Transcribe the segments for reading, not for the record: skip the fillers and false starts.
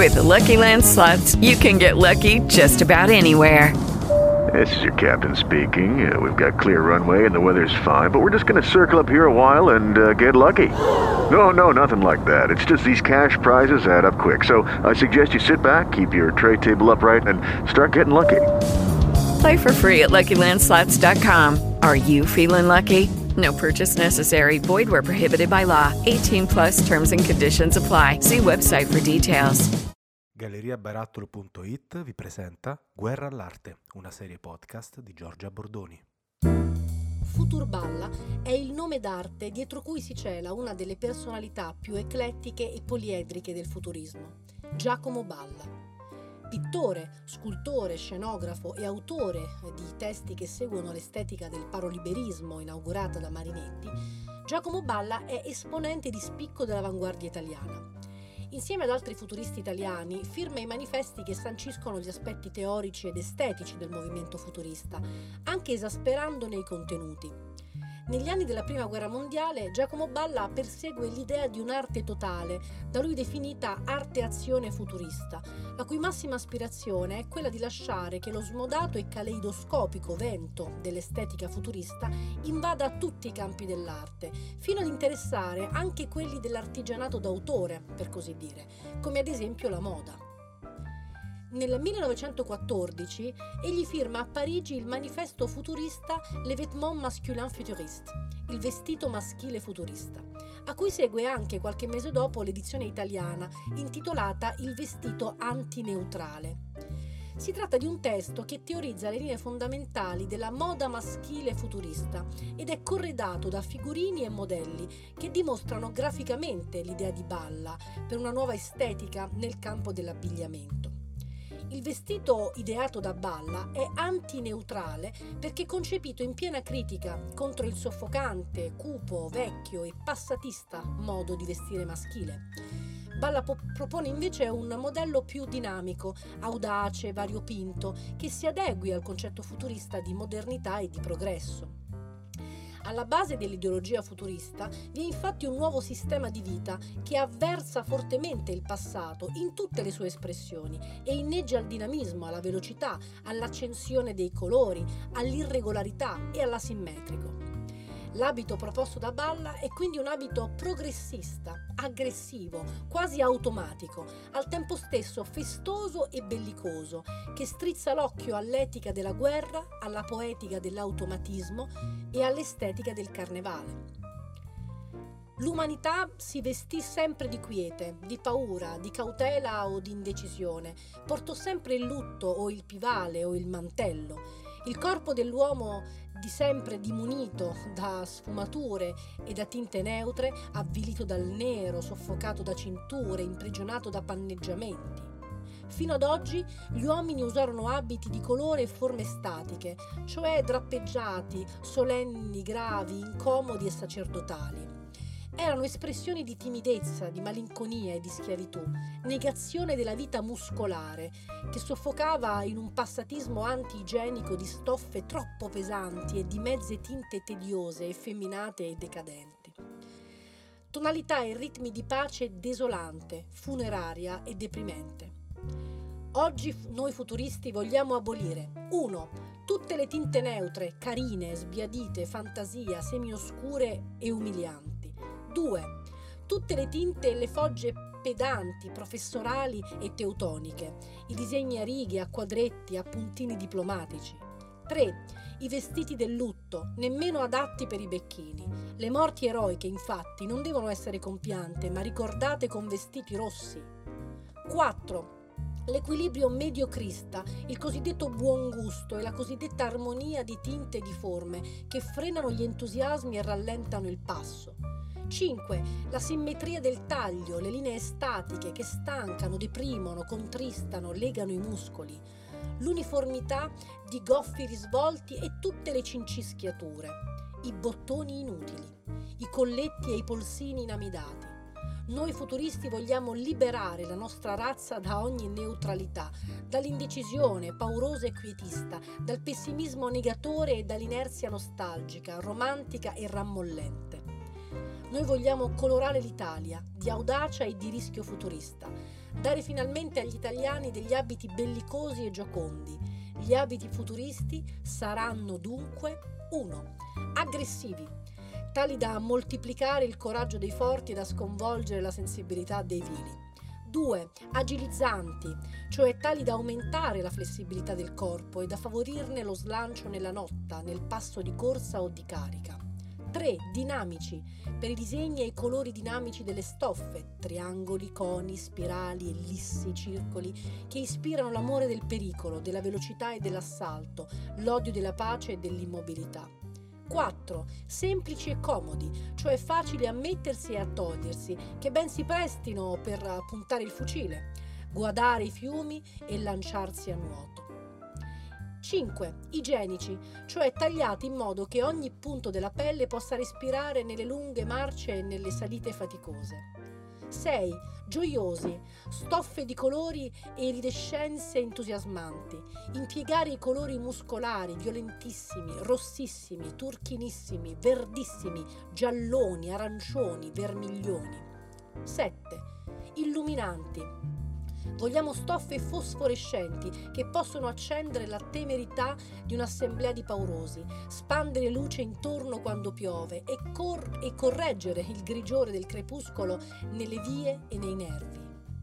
With the Lucky Land Slots, you can get lucky just about anywhere. This is your captain speaking. We've got clear runway and the weather's fine, but we're just going to circle up here a while and get lucky. No, nothing like that. It's just these cash prizes add up quick. So I suggest you sit back, keep your tray table upright, and start getting lucky. Play for free at LuckyLandSlots.com. Are you feeling lucky? No purchase necessary. Void where prohibited by law. 18 plus terms and conditions apply. See website for details. GalleriaBarattolo.it vi presenta Guerra all'arte, una serie podcast di Giorgia Bordoni. Futurballa è il nome d'arte dietro cui si cela una delle personalità più eclettiche e poliedriche del futurismo, Giacomo Balla. Pittore, scultore, scenografo e autore di testi che seguono l'estetica del paroliberismo inaugurata da Marinetti, Giacomo Balla è esponente di spicco dell'avanguardia italiana. Insieme ad altri futuristi italiani firma i manifesti che sanciscono gli aspetti teorici ed estetici del movimento futurista, anche esasperandone i contenuti. Negli anni della Prima Guerra Mondiale, Giacomo Balla persegue l'idea di un'arte totale, da lui definita arte-azione futurista, la cui massima aspirazione è quella di lasciare che lo smodato e caleidoscopico vento dell'estetica futurista invada tutti i campi dell'arte, fino ad interessare anche quelli dell'artigianato d'autore, per così dire, come ad esempio la moda. Nel 1914 egli firma a Parigi il manifesto futurista Les Vêtements Masculins Futuristes, il vestito maschile futurista, a cui segue anche qualche mese dopo l'edizione italiana intitolata Il vestito antineutrale. Si tratta di un testo che teorizza le linee fondamentali della moda maschile futurista ed è corredato da figurini e modelli che dimostrano graficamente l'idea di Balla per una nuova estetica nel campo dell'abbigliamento. Il vestito ideato da Balla è antineutrale perché concepito in piena critica contro il soffocante, cupo, vecchio e passatista modo di vestire maschile. Balla propone invece un modello più dinamico, audace, variopinto, che si adegui al concetto futurista di modernità e di progresso. Alla base dell'ideologia futurista vi è infatti un nuovo sistema di vita che avversa fortemente il passato in tutte le sue espressioni e inneggia al dinamismo, alla velocità, all'accensione dei colori, all'irregolarità e all'asimmetrico. L'abito proposto da Balla è quindi un abito progressista, aggressivo, quasi automatico, al tempo stesso festoso e bellicoso, che strizza l'occhio all'etica della guerra, alla poetica dell'automatismo e all'estetica del carnevale. L'umanità si vestì sempre di quiete, di paura, di cautela o di indecisione, portò sempre il lutto o il pivale o il mantello. Il corpo dell'uomo di sempre dimunito da sfumature e da tinte neutre, avvilito dal nero, soffocato da cinture, imprigionato da panneggiamenti. Fino ad oggi gli uomini usarono abiti di colore e forme statiche, cioè drappeggiati, solenni, gravi, incomodi e sacerdotali. Erano espressioni di timidezza, di malinconia e di schiavitù, negazione della vita muscolare, che soffocava in un passatismo anti-igienico di stoffe troppo pesanti e di mezze tinte tediose, effeminate e decadenti. Tonalità e ritmi di pace desolante, funeraria e deprimente. Oggi noi futuristi vogliamo abolire 1. Tutte le tinte neutre, carine, sbiadite, fantasia, semioscure e umilianti. 2. Tutte le tinte e le fogge pedanti, professorali e teutoniche, i disegni a righe, a quadretti, a puntini diplomatici. 3. I vestiti del lutto, nemmeno adatti per i becchini. Le morti eroiche, infatti, non devono essere compiante, ma ricordate con vestiti rossi. 4. L'equilibrio mediocrista, il cosiddetto buon gusto e la cosiddetta armonia di tinte e di forme che frenano gli entusiasmi e rallentano il passo. 5. La simmetria del taglio, le linee statiche che stancano, deprimono, contristano, legano i muscoli. L'uniformità di goffi risvolti e tutte le cincischiature. I bottoni inutili, i colletti e i polsini inamidati. Noi futuristi vogliamo liberare la nostra razza da ogni neutralità, dall'indecisione paurosa e quietista, dal pessimismo negatore e dall'inerzia nostalgica, romantica e rammollente. Noi vogliamo colorare l'Italia di audacia e di rischio futurista, dare finalmente agli italiani degli abiti bellicosi e giocondi. Gli abiti futuristi saranno dunque 1. Aggressivi, tali da moltiplicare il coraggio dei forti e da sconvolgere la sensibilità dei vili. 2. Agilizzanti, cioè tali da aumentare la flessibilità del corpo e da favorirne lo slancio nella notta, nel passo di corsa o di carica. 3. Dinamici, per i disegni e i colori dinamici delle stoffe, triangoli, coni, spirali, ellissi, circoli, che ispirano l'amore del pericolo, della velocità e dell'assalto, l'odio della pace e dell'immobilità. 4. Semplici e comodi, cioè facili a mettersi e a togliersi, che ben si prestino per puntare il fucile, guadare i fiumi e lanciarsi a nuoto. 5. Igienici, cioè tagliati in modo che ogni punto della pelle possa respirare nelle lunghe marce e nelle salite faticose. 6. Gioiosi, stoffe di colori e iridescenze entusiasmanti, impiegare i colori muscolari violentissimi, rossissimi, turchinissimi, verdissimi, gialloni, arancioni, vermiglioni. 7. Illuminanti. Vogliamo stoffe fosforescenti che possono accendere la temerità di un'assemblea di paurosi, spandere luce intorno quando piove e correggere il grigiore del crepuscolo nelle vie e nei nervi.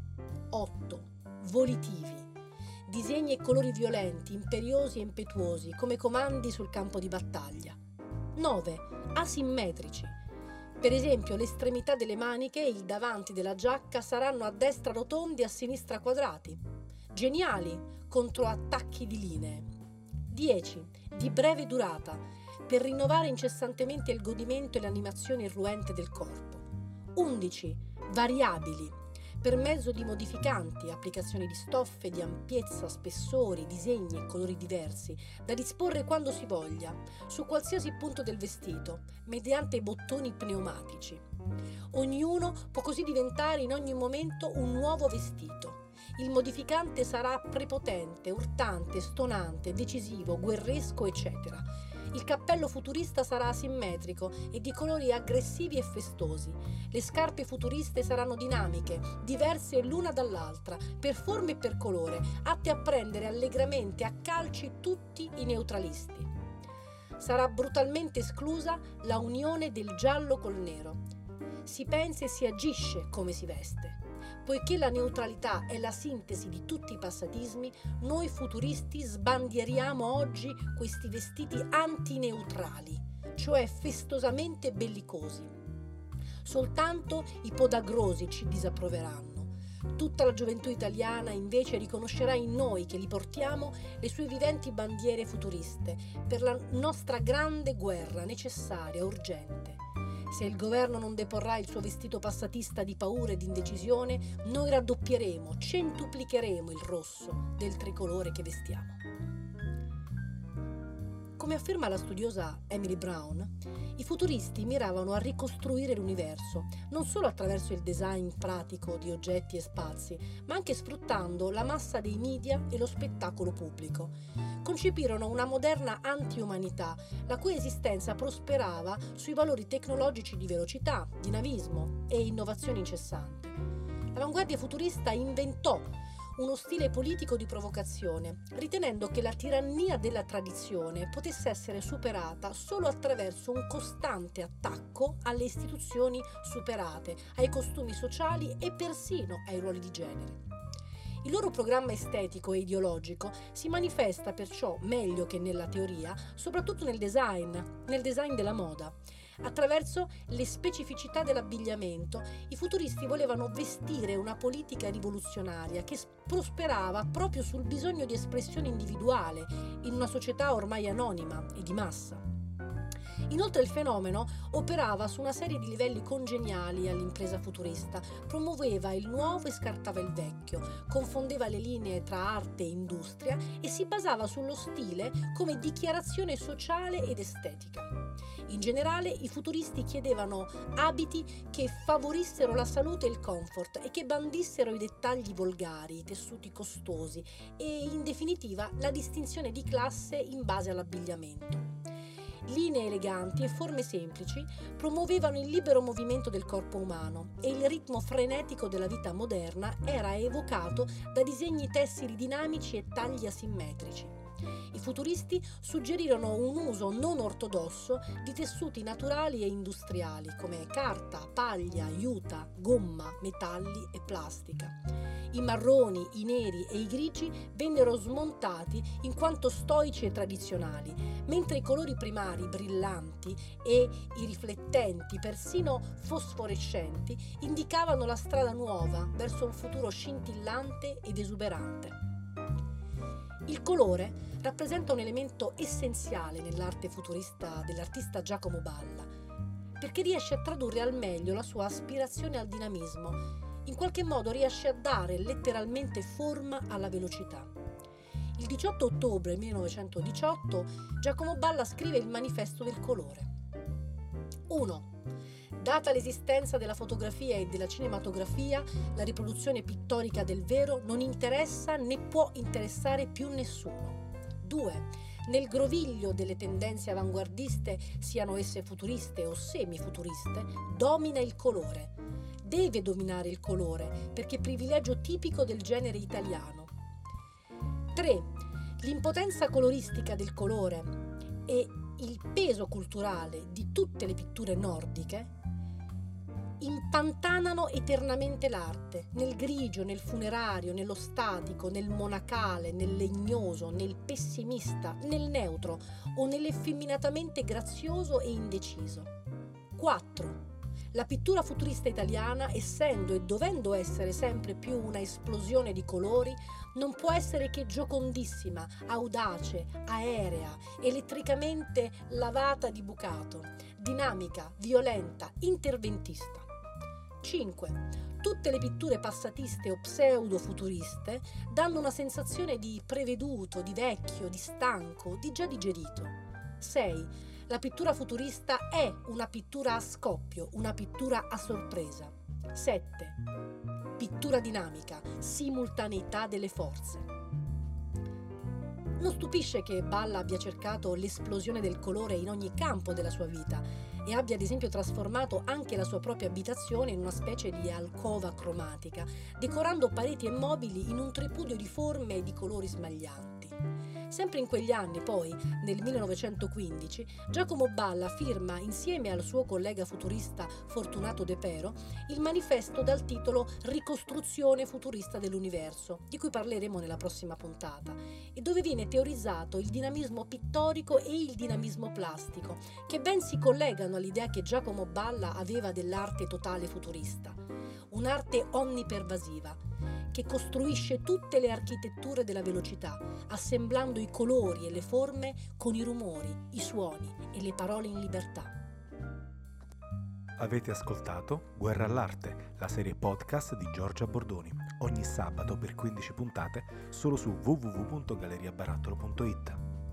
8. Volitivi. Disegni e colori violenti, imperiosi e impetuosi, come comandi sul campo di battaglia. 9. Asimmetrici. Per esempio, l'estremità delle maniche e il davanti della giacca saranno a destra rotondi e a sinistra quadrati. Geniali contro attacchi di linee. 10. Di breve durata, per rinnovare incessantemente il godimento e l'animazione irruente del corpo. 11. Variabili, per mezzo di modificanti, applicazioni di stoffe, di ampiezza, spessori, disegni e colori diversi, da disporre quando si voglia, su qualsiasi punto del vestito, mediante bottoni pneumatici. Ognuno può così diventare in ogni momento un nuovo vestito. Il modificante sarà prepotente, urtante, stonante, decisivo, guerresco, eccetera. Il cappello futurista sarà asimmetrico e di colori aggressivi e festosi. Le scarpe futuriste saranno dinamiche, diverse l'una dall'altra, per forma e per colore, atte a prendere allegramente a calci tutti i neutralisti. Sarà brutalmente esclusa la unione del giallo col nero. Si pensa e si agisce come si veste. Poiché la neutralità è la sintesi di tutti i passatismi, noi futuristi sbandieriamo oggi questi vestiti antineutrali, cioè festosamente bellicosi. Soltanto i podagrosi ci disapproveranno. Tutta la gioventù italiana invece riconoscerà in noi che li portiamo le sue viventi bandiere futuriste per la nostra grande guerra necessaria, urgente. Se il governo non deporrà il suo vestito passatista di paura e di indecisione, noi raddoppieremo, centuplicheremo il rosso del tricolore che vestiamo. Come afferma la studiosa Emily Brown, i futuristi miravano a ricostruire l'universo, non solo attraverso il design pratico di oggetti e spazi, ma anche sfruttando la massa dei media e lo spettacolo pubblico. Concepirono una moderna anti-umanità, la cui esistenza prosperava sui valori tecnologici di velocità, dinamismo e innovazione incessante. L'avanguardia futurista inventò uno stile politico di provocazione, ritenendo che la tirannia della tradizione potesse essere superata solo attraverso un costante attacco alle istituzioni superate, ai costumi sociali e persino ai ruoli di genere. Il loro programma estetico e ideologico si manifesta perciò meglio che nella teoria, soprattutto nel design della moda. Attraverso le specificità dell'abbigliamento, i futuristi volevano vestire una politica rivoluzionaria che prosperava proprio sul bisogno di espressione individuale in una società ormai anonima e di massa. Inoltre il fenomeno operava su una serie di livelli congeniali all'impresa futurista, promuoveva il nuovo e scartava il vecchio, confondeva le linee tra arte e industria e si basava sullo stile come dichiarazione sociale ed estetica. In generale i futuristi chiedevano abiti che favorissero la salute e il comfort e che bandissero i dettagli volgari, i tessuti costosi e in definitiva la distinzione di classe in base all'abbigliamento. Linee eleganti e forme semplici promuovevano il libero movimento del corpo umano e il ritmo frenetico della vita moderna era evocato da disegni tessili dinamici e tagli asimmetrici. I futuristi suggerirono un uso non ortodosso di tessuti naturali e industriali come carta, paglia, juta, gomma, metalli e plastica. I marroni, i neri e i grigi vennero smontati in quanto stoici e tradizionali, mentre i colori primari brillanti e i riflettenti, persino fosforescenti, indicavano la strada nuova verso un futuro scintillante ed esuberante. Il colore rappresenta un elemento essenziale nell'arte futurista dell'artista Giacomo Balla, perché riesce a tradurre al meglio la sua aspirazione al dinamismo, in qualche modo riesce a dare letteralmente forma alla velocità. Il 18 ottobre 1918 Giacomo Balla scrive il Manifesto del colore. 1. Data l'esistenza della fotografia e della cinematografia, la riproduzione pittorica del vero non interessa né può interessare più nessuno. 2. Nel groviglio delle tendenze avanguardiste, siano esse futuriste o semifuturiste, domina il colore. Deve dominare il colore, perché è privilegio tipico del genere italiano. 3. L'impotenza coloristica del colore e il peso culturale di tutte le pitture nordiche impantanano eternamente l'arte, nel grigio, nel funerario, nello statico, nel monacale, nel legnoso, nel pessimista, nel neutro o nell'effeminatamente grazioso e indeciso. 4. La pittura futurista italiana, essendo e dovendo essere sempre più una esplosione di colori, non può essere che giocondissima, audace, aerea, elettricamente lavata di bucato, dinamica, violenta, interventista. 5. Tutte le pitture passatiste o pseudo-futuriste danno una sensazione di preveduto, di vecchio, di stanco, di già digerito. 6. La pittura futurista è una pittura a scoppio, una pittura a sorpresa. 7. Pittura dinamica, simultaneità delle forze. Non stupisce che Balla abbia cercato l'esplosione del colore in ogni campo della sua vita e abbia ad esempio trasformato anche la sua propria abitazione in una specie di alcova cromatica, decorando pareti e mobili in un tripudio di forme e di colori smaglianti. Sempre in quegli anni, poi, nel 1915, Giacomo Balla firma, insieme al suo collega futurista Fortunato De Pero, il manifesto dal titolo Ricostruzione futurista dell'universo, di cui parleremo nella prossima puntata, e dove viene teorizzato il dinamismo pittorico e il dinamismo plastico, che ben si collegano all'idea che Giacomo Balla aveva dell'arte totale futurista. Un'arte onnipervasiva, che costruisce tutte le architetture della velocità, assemblando i colori e le forme con i rumori, i suoni e le parole in libertà. Avete ascoltato Guerra all'arte, la serie podcast di Giorgia Bordoni, ogni sabato per 15 puntate solo su www.galleriabarattolo.it.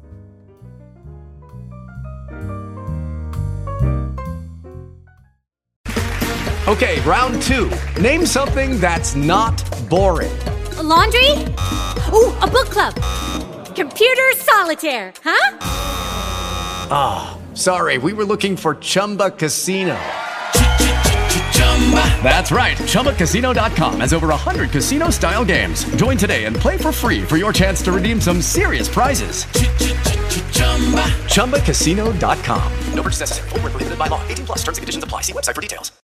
Okay, round 2. Name something that's not boring. A laundry? Ooh, a book club. Computer solitaire, huh? Ah, sorry, we were looking for Chumba Casino. That's right, ChumbaCasino.com has over 100 casino-style games. Join today and play for free for your chance to redeem some serious prizes. ChumbaCasino.com. No purchase necessary. Void where prohibited by law. 18+ terms and conditions apply. See website for details.